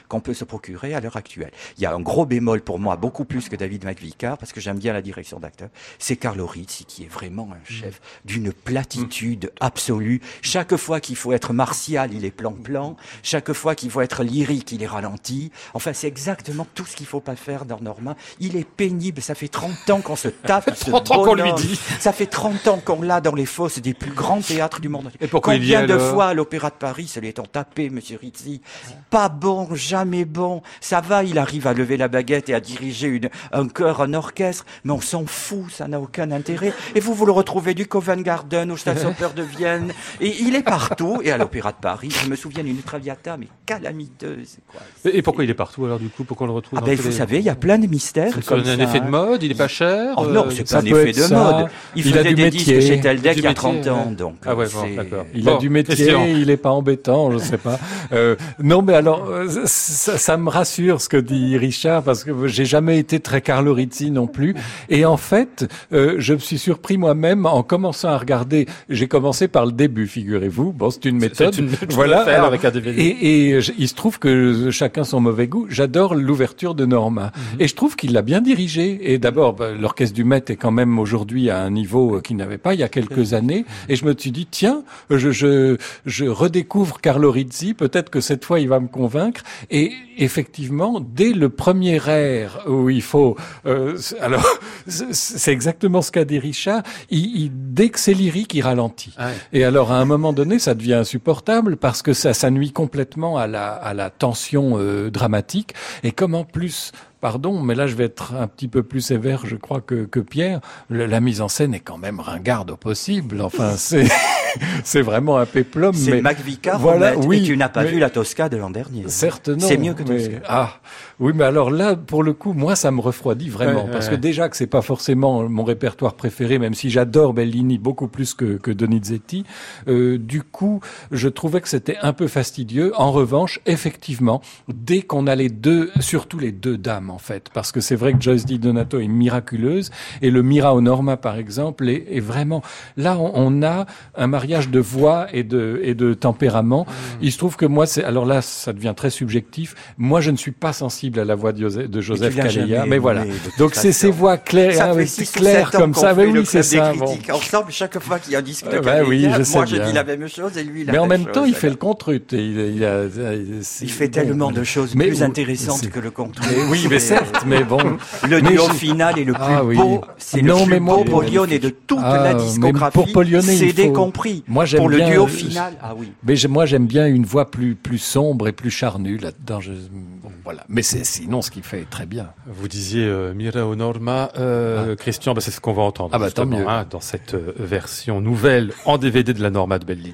qu'on peut se procurer à l'heure actuelle. Il y a un gros bémol pour moi, beaucoup plus que David McVicar, parce que j'aime bien la direction d'acteur, c'est Carlo Rizzi qui est vraiment un chef d'une platitude absolue. Chaque fois qu'il faut être martial, il est plan-plan. Chaque fois qu'il faut être lyrique, il est ralenti. Enfin, c'est exactement tout ce qu'il faut pas faire dans Norma. Il est pénible, ça fait trente ans qu'on se tape ce trente ans qu'on lui bonhomme. dit. Ça fait trente ans qu'on l'a dans les fosses des plus grands théâtres du monde. Et pourquoi il y Combien est, de alors fois à l'Opéra de Paris se l'est-on tapé, monsieur Rizzi? Pas bon, jamais bon. Ça va, il arrive à lever la baguette et à diriger une, un chœur, un orchestre, mais on s'en fout, ça n'a aucun intérêt. Et vous, vous le retrouvez du Covent Garden au Staatsoper de Vienne, et il est partout. Et à l'Opéra de Paris, je me souviens d'une Traviata, mais calamiteuse. Quoi. Et pourquoi il est partout alors du coup? Pourquoi on le retrouve Ah dans ben, tous vous les- savez, il y a plein de mystères. C'est comme un ça, effet de hein. mode, il est pas cher. Oh non, euh, c'est ça pas un peut effet être de ça. mode. Il, Il a faisait du des métier. disques chez Teldec Du il y a métier, trente ans, ouais. donc. Ah ouais, c'est- bon, d'accord. Il Bon, a du métier, question. il est pas embêtant, je sais pas. Euh, non, mais alors euh, ça, ça me rassure ce que dit Richard parce que j'ai jamais été très Carlo Rizzi non plus. Et en fait, euh, je me suis surpris moi-même en commençant à regarder. J'ai commencé par le début, figurez-vous. Bon, c'est une méthode. C'est une méthode voilà. à faire Alors, avec un D V D. et, et je- il se trouve que chacun son mauvais goût. J'adore l'ouverture de Norma. Mhm. Et je trouve qu'il l'a bien dirigé. Et d'abord, bah, l'orchestre du Met est quand même aujourd'hui à un niveau euh, qu'il n'avait pas il y a quelques années. Et je me suis dit, tiens, je, je, je redécouvre Carlo Rizzi. Peut-être que cette fois, il va me convaincre. Et effectivement, dès le premier air où il faut... Euh, c'est- alors, c'est c'est exactement ce qu'a dit Richard. Il, il, dès que c'est lyrique, il ralentit. Ah ouais. Et alors, à un moment donné, ça devient insupportable parce que ça, ça nuit complètement à la, à la tension euh, dramatique. Et comme en plus, pardon, mais là, je vais être un petit peu plus sévère, je crois, que, que Pierre, le- la mise en scène est quand même ringarde au possible. Enfin, c'est... C'est vraiment un péplum. C'est mais McVicar, voilà, honnête, oui, et tu n'as pas mais- vu la Tosca de l'an dernier. Certes, non. C'est mieux que mais- Tosca. Ah, oui, mais alors là, pour le coup, moi, ça me refroidit vraiment. Ouais, parce ouais. que déjà que c'est pas forcément mon répertoire préféré, même si j'adore Bellini beaucoup plus que, que Donizetti, euh, du coup, je trouvais que c'était un peu fastidieux. En revanche, effectivement, dès qu'on a les deux, surtout les deux dames, en fait, parce que c'est vrai que Joyce Di Donato est miraculeuse, et le Mirao Norma, par exemple, est, est vraiment... Là, on, on a un mariage de voix et de, et de tempérament. Il se trouve que moi, c'est, alors là, ça devient très subjectif. Moi, je ne suis pas sensible à la voix de Joseph, de Joseph l'as Calleja, jamais mais voilà. aimé, de toute Donc c'est façon. ces voix claires, Ça hein, fait avec six ou claires sept ans comme qu'on ça. fait Mais le oui, c'est club ça. des Bon. critiques ensemble, chaque fois qu'il y a un disque de Euh, bah Calleja, oui, je sais moi je bien. dis la même chose et lui la Mais en même même temps, chose. il fait le contre-ut. et Il, il, a- il- Il fait bon, tellement de choses mais- plus intéressantes c'est- que le contre. mais oui, mais certes, mais bon. Le Mais duo j'ai- final est le plus Ah oui. beau, c'est Non, le plus mais moi, beau pour- Polione et de toute Ah, la mais discographie, pour Polione, il C D faut- compris. Moi, j'aime Pour le bien, duo euh, final, ah oui. Mais je- moi, j'aime bien une voix plus plus sombre et plus charnue là-dedans. Je, bon, voilà. Mais c'est sinon ce qu'il fait est très bien. Vous disiez euh, Mirao Norma, euh, Christian, bah, c'est ce qu'on va entendre Ah bah, tant justement, mieux. hein, dans cette euh, version nouvelle en D V D de la Norma de Bellini.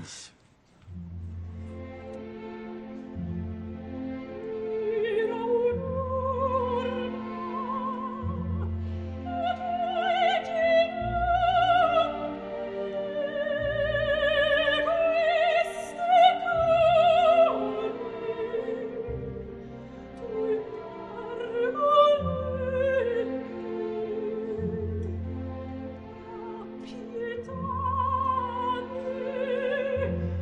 Pietà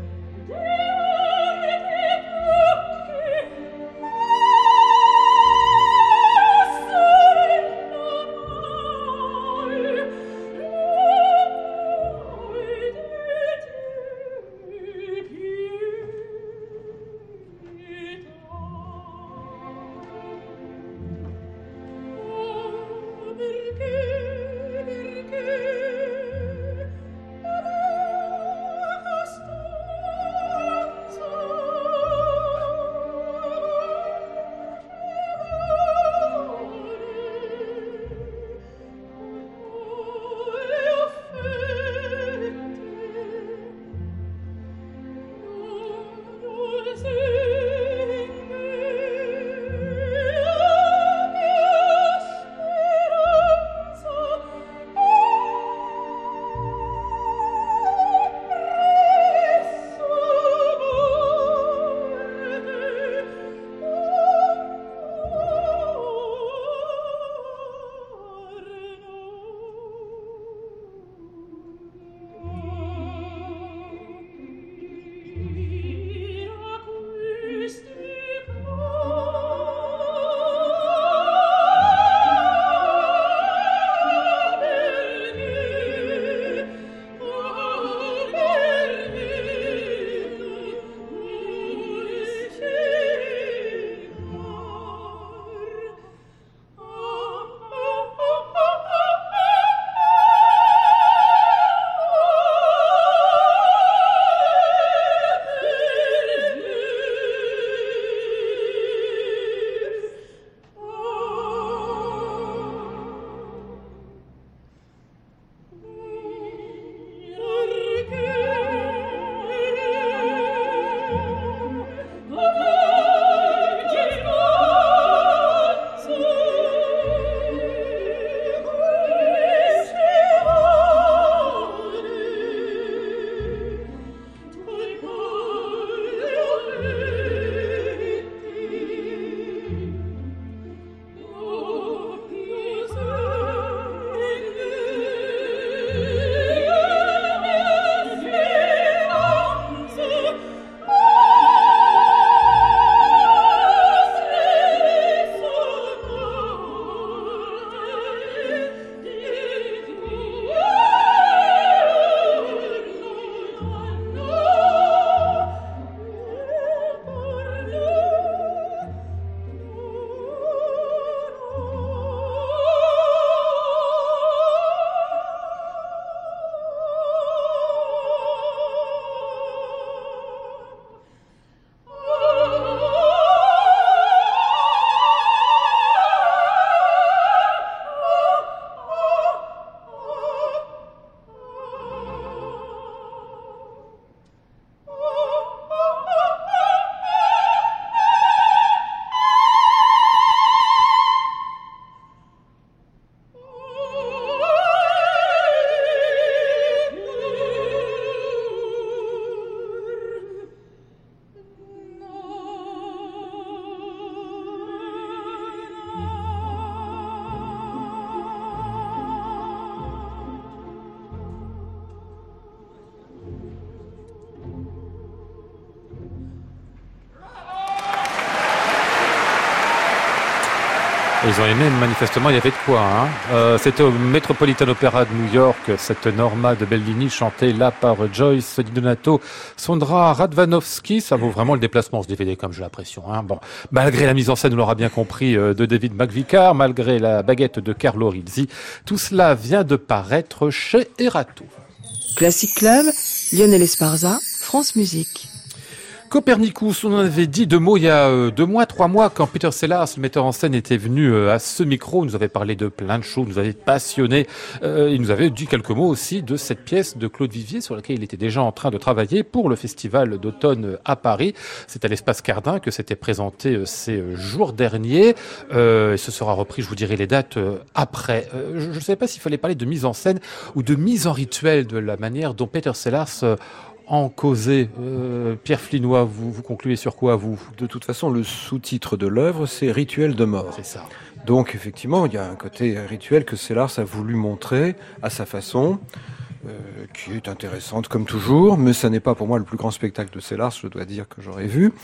ils ont aimé, manifestement, il y avait de quoi. Hein. Euh, c'était au Metropolitan Opera de New York, cette Norma de Bellini chantée là par Joyce Di Donato, Sondra Radvanovsky. Ça vaut vraiment le déplacement, ce D V D, comme j'ai l'impression. Hein. Bon, malgré la mise en scène, on l'aura bien compris, euh, de David McVicar, malgré la baguette de Carlo Rizzi, tout cela vient de paraître chez Erato. Classic Club, Lionel Esparza, France Musique. Copernicus, on en avait dit deux mots il y a euh, deux mois, trois mois, quand Peter Sellars, le metteur en scène, était venu euh, à ce micro. Il nous avait parlé de plein de choses, nous avait passionné. Euh, il nous avait dit quelques mots aussi de cette pièce de Claude Vivier sur laquelle il était déjà en train de travailler pour le festival d'automne à Paris. C'est à l'Espace Cardin que c'était présenté euh, ces jours derniers. Euh, et ce sera repris, je vous dirai les dates euh, après. Euh, je ne sais pas s'il fallait parler de mise en scène ou de mise en rituel, de la manière dont Peter Sellars euh, en causé. Euh, Pierre Flinois, vous, vous concluez sur quoi, vous? De toute façon, le sous-titre de l'œuvre, c'est « Rituel de mort ». C'est ça. Donc, effectivement, il y a un côté rituel que Sellars a voulu montrer à sa façon, euh, qui est intéressante comme toujours, mais ça n'est pas pour moi le plus grand spectacle de Sellars, je dois dire, que j'aurais vu.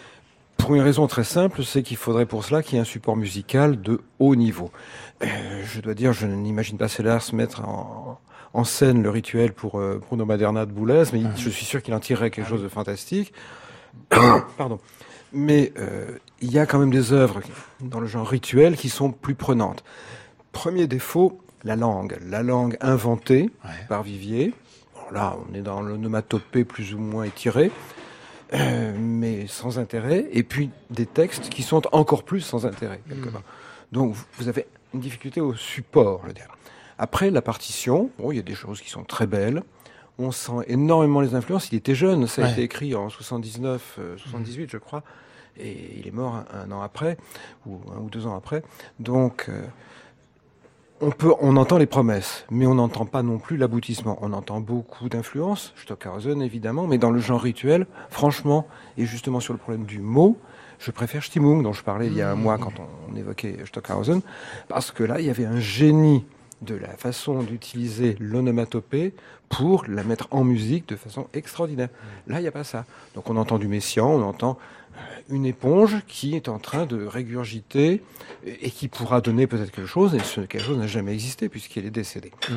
Pour une raison très simple, c'est qu'il faudrait pour cela qu'il y ait un support musical de haut niveau. Euh, je dois dire, je n'imagine pas Sellars mettre en... en scène le rituel pour euh, Bruno Maderna de Boulez, mais il, je suis sûr qu'il en tirerait quelque chose de fantastique. Pardon. Mais euh, il y a quand même des œuvres dans le genre rituel qui sont plus prenantes. Premier défaut, la langue. La langue inventée ouais. par Vivier. Bon, là, on est dans l'onomatopée plus ou moins étirée, euh, mais sans intérêt. Et puis des textes qui sont encore plus sans intérêt, quelque part. Mmh. Donc vous avez une difficulté au support, je veux dire. Après, la partition, bon, il y a des choses qui sont très belles. On sent énormément les influences. Il était jeune, ça a ouais. été écrit en soixante-dix-neuf, euh, soixante-dix-huit, je crois. Et il est mort un, un an après, ou un ou deux ans après. Donc, euh, on peut, on entend les promesses, mais on n'entend pas non plus l'aboutissement. On entend beaucoup d'influences, Stockhausen évidemment, mais dans le genre rituel, franchement, et justement sur le problème du mot, je préfère Stimmung, dont je parlais il y a un mois quand on, on évoquait Stockhausen, parce que là, il y avait un génie de la façon d'utiliser l'onomatopée pour la mettre en musique de façon extraordinaire. Là, il n'y a pas ça. Donc on entend du Messiaen, on entend une éponge qui est en train de régurgiter et qui pourra donner peut-être quelque chose, et ce quelque chose n'a jamais existé puisqu'il est décédé. Mmh.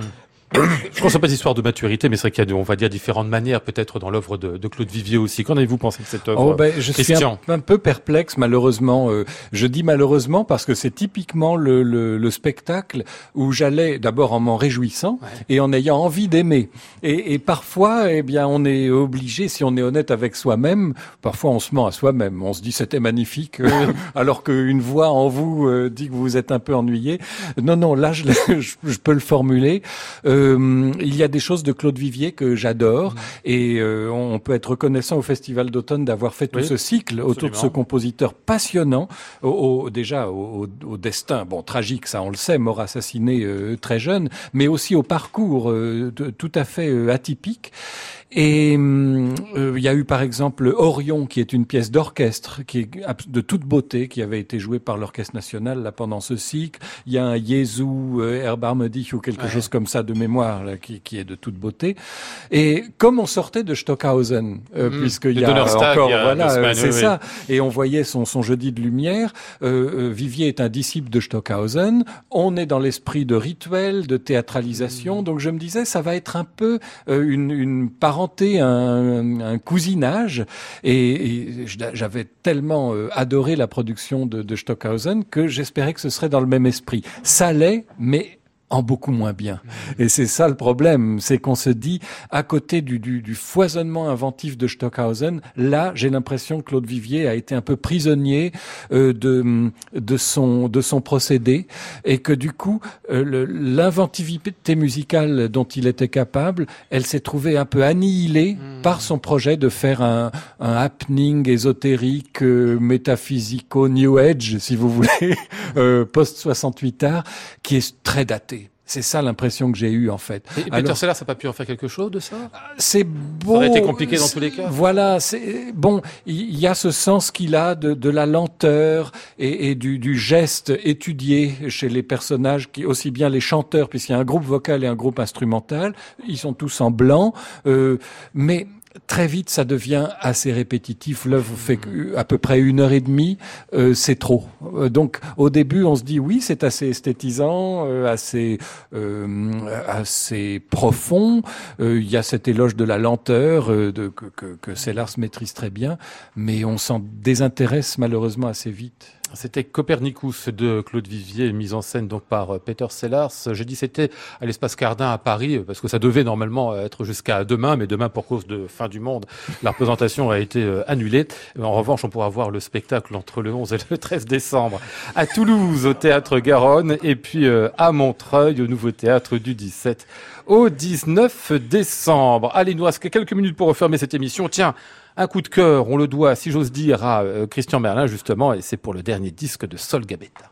Je pense que c'est pas d'histoire de maturité, mais c'est vrai qu'il y a, on va dire, différentes manières, peut-être dans l'œuvre de, de Claude Vivier aussi. Qu'en avez-vous pensé de cette œuvre? Oh ben, je Christian. suis un, un peu perplexe, malheureusement. Euh, je dis malheureusement parce que c'est typiquement le, le, le spectacle où j'allais d'abord en m'en réjouissant ouais. et en ayant envie d'aimer. Et, et parfois, eh bien, on est obligé, si on est honnête avec soi-même, parfois on se ment à soi-même. On se dit c'était magnifique, euh, alors qu'une voix en vous euh, dit que vous êtes un peu ennuyé. Non, non, là, je, je, je peux le formuler. Euh, Euh, il y a des choses de Claude Vivier que j'adore mmh. et euh, on peut être reconnaissant au Festival d'automne d'avoir fait tout oui, ce cycle absolument. Autour de ce compositeur passionnant, au, au, déjà au, au destin bon tragique, ça on le sait, mort assassiné euh, très jeune, mais aussi au parcours euh, de, tout à fait euh, atypique. Et il euh, y a eu par exemple Orion, qui est une pièce d'orchestre, qui est de toute beauté, qui avait été jouée par l'Orchestre National là pendant ce cycle. Il y a un Jésus, euh, Erbarmedig ou quelque ouais. chose comme ça de mémoire, là, qui, qui est de toute beauté. Et comme on sortait de Stockhausen, euh, mmh, puisqu'il y a encore, il y a voilà, semaine, c'est oui, ça, oui. et on voyait son, son jeudi de lumière. Euh, euh, Vivier est un disciple de Stockhausen. On est dans l'esprit de rituel, de théâtralisation. Mmh. Donc je me disais, ça va être un peu euh, une, une parenthèse Un, un cousinage et, et j'avais tellement euh, adoré la production de, de Stockhausen que j'espérais que ce serait dans le même esprit. Ça l'est, mais en beaucoup moins bien. Et c'est ça le problème, c'est qu'on se dit, à côté du, du, du foisonnement inventif de Stockhausen, là, j'ai l'impression que Claude Vivier a été un peu prisonnier euh, de, de, son, de son procédé, et que du coup, euh, le, l'inventivité musicale dont il était capable, elle s'est trouvée un peu annihilée mmh. par son projet de faire un, un happening ésotérique, euh, métaphysico, New Age, si vous voulez, euh, post soixante-huit art, qui est très daté. C'est ça l'impression que j'ai eue en fait. Et Peter Alors, Sellars n'a pas pu en faire quelque chose de ça? C'est beau. Ça aurait été compliqué dans tous les cas. Voilà, c'est bon. Il y a ce sens qu'il a de, de la lenteur et, et du, du geste étudié chez les personnages, qui aussi bien les chanteurs, puisqu'il y a un groupe vocal et un groupe instrumental. Ils sont tous en blanc, euh, mais très vite, ça devient assez répétitif. L'œuvre fait à peu près une heure et demie, euh, c'est trop. Euh, donc, au début, on se dit oui, c'est assez esthétisant, euh, assez euh, assez profond. Il euh, y a cet éloge de la lenteur euh, de, que, que, que Sellars maîtrise très bien, mais on s'en désintéresse malheureusement assez vite. C'était Copernicus de Claude Vivier, mise en scène donc par Peter Sellars. J'ai dit c'était à l'Espace Cardin à Paris, parce que ça devait normalement être jusqu'à demain, mais demain, pour cause de fin du monde, la représentation a été annulée. En revanche, on pourra voir le spectacle entre le onze et le treize décembre à Toulouse, au Théâtre Garonne, et puis à Montreuil, au Nouveau Théâtre du dix-sept au dix-neuf décembre. Allez, il nous reste quelques minutes pour refermer cette émission. Tiens, un coup de cœur, on le doit, si j'ose dire, à euh, Christian Merlin, justement, et c'est pour le dernier disque de Sol Gabetta.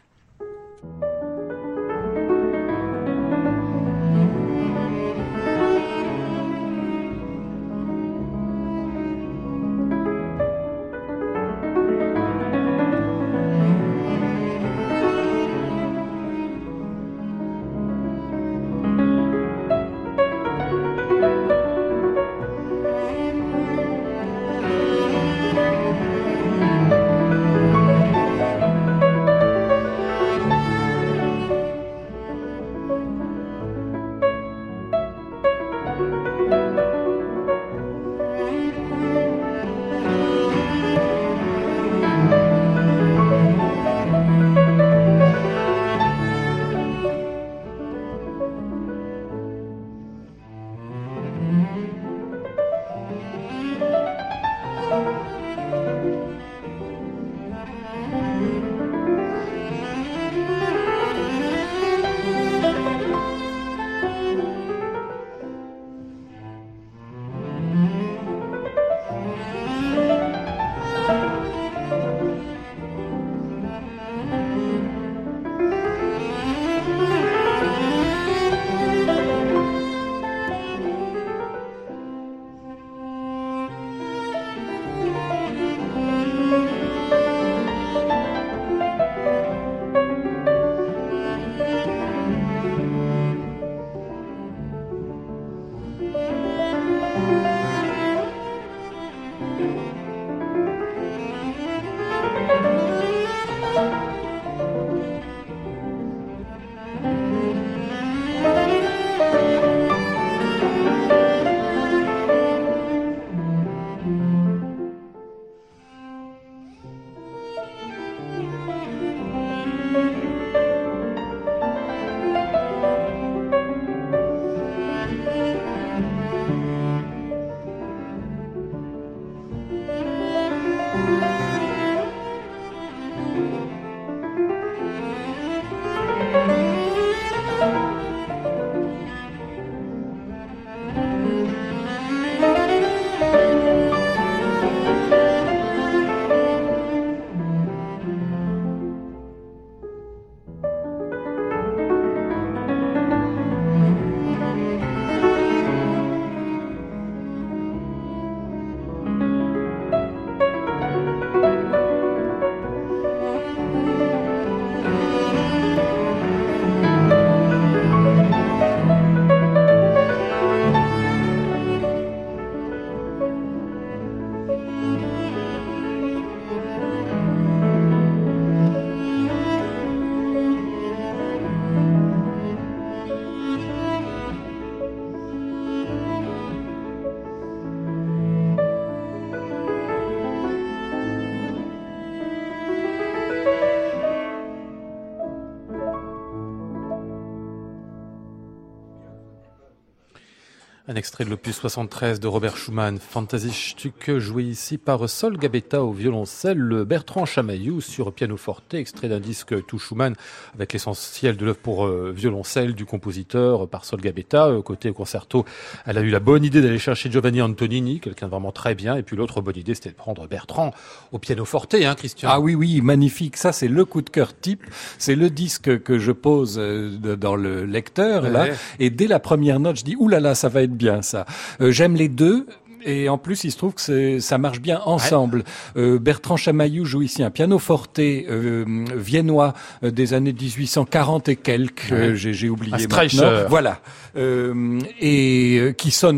Un extrait de l'opus soixante-treize de Robert Schumann, Fantasiestücke, joué ici par Sol Gabetta au violoncelle, Bertrand Chamaillou sur pianoforte, extrait d'un disque tout Schumann avec l'essentiel de l'œuvre pour euh, violoncelle du compositeur par Sol Gabetta. Euh, côté concerto, elle a eu la bonne idée d'aller chercher Giovanni Antonini, quelqu'un de vraiment très bien, et puis l'autre bonne idée c'était de prendre Bertrand au pianoforte, hein Christian? Ah oui, oui, magnifique, ça c'est le coup de cœur type, c'est le disque que je pose euh, dans le lecteur, ouais. là, et dès la première note je dis, oulala, ça va être bien ça. Euh, j'aime les deux. Et en plus, il se trouve que c'est, ça marche bien ensemble. Ouais. Euh, Bertrand Chamaillou joue ici un pianoforte euh, viennois euh, des années dix-huit cent quarante et quelques. Ouais. Euh, j'ai, j'ai oublié un maintenant. Voilà. Euh, et euh, qui sonne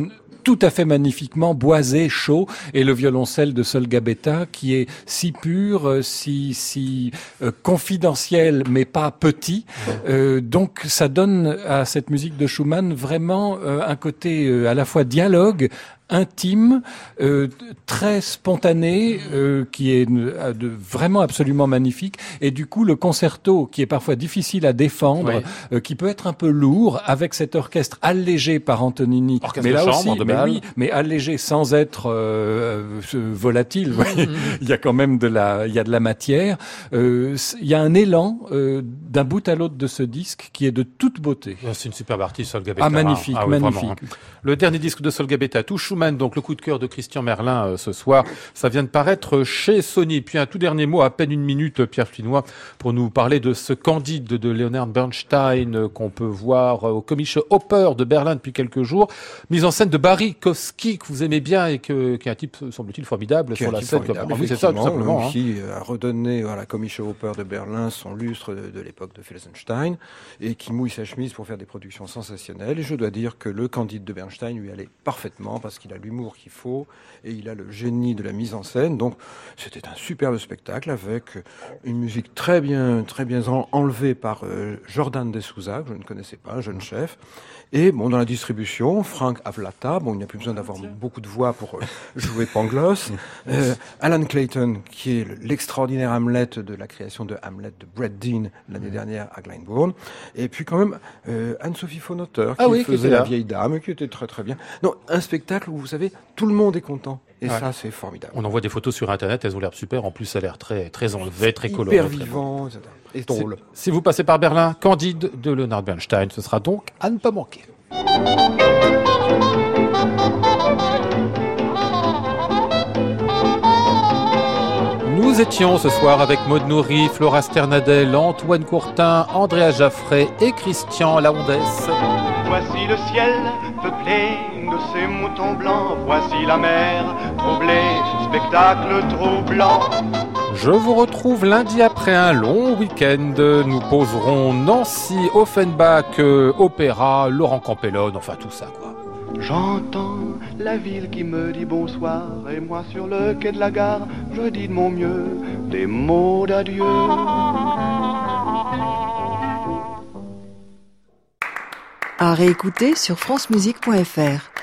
tout à fait magnifiquement boisé, chaud, et le violoncelle de Sol Gabetta qui est si pur, euh, si si euh, confidentiel, mais pas petit. Euh, donc ça donne à cette musique de Schumann vraiment euh, un côté euh, à la fois dialogue, intime, euh, très spontané, euh, qui est euh, de, vraiment absolument magnifique. Et du coup, le concerto, qui est parfois difficile à défendre, Oui. euh, qui peut être un peu lourd, avec cet orchestre allégé par Antonini, Orchestre mais de là chambre, aussi, de mais bal. oui, mais allégé sans être euh, euh, volatile. Vous voyez. Il y a quand même de la, il y a de la matière. Euh, il y a un élan euh, d'un bout à l'autre de ce disque qui est de toute beauté. Ah, c'est une superbe artiste, Sol Gabetta. Ah, magnifique, Ah, oui, magnifique. vraiment, hein. Le dernier disque de Sol Gabetta, tout Schumann, donc le coup de cœur de Christian Merlin euh, ce soir, ça vient de paraître chez Sony. Puis un tout dernier mot, à peine une minute, Pierre Flinois, pour nous parler de ce Candide de Leonard Bernstein euh, qu'on peut voir euh, au Komische Oper de Berlin depuis quelques jours. Mise en scène de Barry Kosky, que vous aimez bien et que, qui est un type, semble-t-il, formidable Qui est sur un la type scène. formidable, Ah oui, c'est ça, tout effectivement, simplement. Hein. Qui a redonné à la Komische Oper de Berlin son lustre de, de l'époque de Felsenstein et qui mouille sa chemise pour faire des productions sensationnelles. Et je dois dire que le Candide de Bernstein lui allait parfaitement parce qu'il a l'humour qu'il faut et il a le génie de la mise en scène. Donc c'était un superbe spectacle avec une musique très bien, très bien en- enlevée par euh, Jordan de Souza, que je ne connaissais pas, un jeune chef. Et bon, dans la distribution, Frank Avlata, bon, il n'y a plus besoin d'avoir beaucoup de voix pour euh, jouer Pangloss. Euh, Alan Clayton, qui est le- l'extraordinaire Hamlet de la création de Hamlet de Brett Dean l'année dernière à Glyndebourne. Et puis quand même euh, Anne-Sophie Fonotter, qui Ah oui, qui faisait était la là. vieille dame, qui était très très bien. Non, un spectacle où vous savez, tout le monde est content. Et Ouais. ça, c'est formidable. On en voit des photos sur Internet, elles ont l'air super. En plus, ça a l'air très, très enlevé, très coloré. Hyper très beau. vivant, et cetera. Et drôle. Si, si vous passez par Berlin, Candide de Leonard Bernstein, ce sera donc à ne pas manquer. Nous étions ce soir avec Maud Nourri, Flora Sternadel, Antoine Courtin, Andrea Jaffray et Christian Laondès. Voici le ciel peuplé de ces moutons blancs. Voici la mer troublée, spectacle troublant. Je vous retrouve lundi après un long week-end. Nous poserons Nancy, Offenbach, euh, Opéra, Laurent Campellone, enfin tout ça quoi. J'entends la ville qui me dit bonsoir. Et moi sur le quai de la gare, je dis de mon mieux des mots d'adieu. À réécouter sur francemusique point f r.